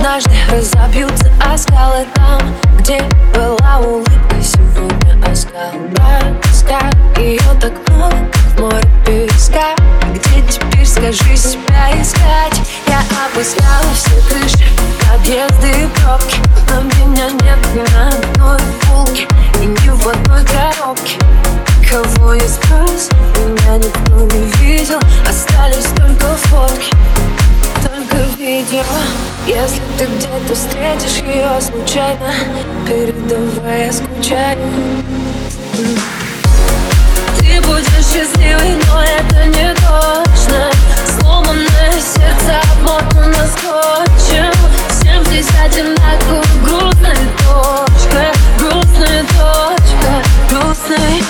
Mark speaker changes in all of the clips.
Speaker 1: однажды разобьются о скалы. Там, где была улыбка, сегодня оскал. Тоска, ее так много, как в море песка. Где теперь, скажи, себя искать? Я обыскала все крыши, подъезды и пробки, но меня нет ни на одной полке и ни в одной коробке. Кого я спас, меня никто не видел. Остались только фотки, только видео. Если ты где-то встретишь ее случайно, передавай, я скучаю. Ты будешь счастливой, но это не точно. Сломанное сердце обмотано скотчем. Всем здесь одинаково грустная точка, грустная точка, грустный.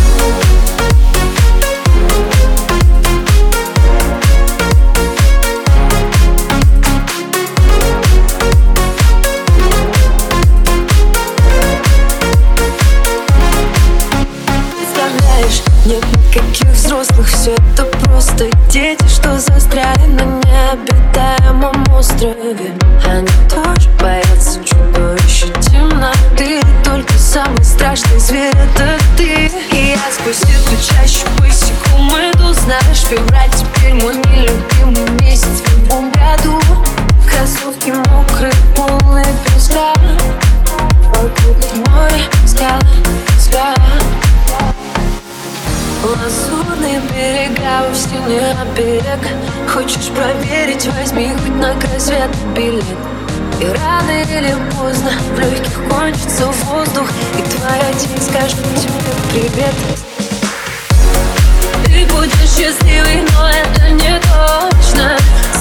Speaker 1: Нет никаких взрослых, все это просто дети, что застряли на необитаемом острове. Они тоже боятся чудовища темноты. Только самый страшный зверь — это ты. И я сквозь эту чащу босиком иду. Знаешь, февраль теперь мой нелюбимый месяц в любом году. Кроссовки мокрые, полные песка. Вокруг море, скалы, скалы. Лазурные берега, вовсе не берег. Хочешь проверить, возьми хоть на край света билет. И рано или поздно в легких кончится воздух, и твоя тень скажет тебе привет. Ты будешь счастливый, но это не точно.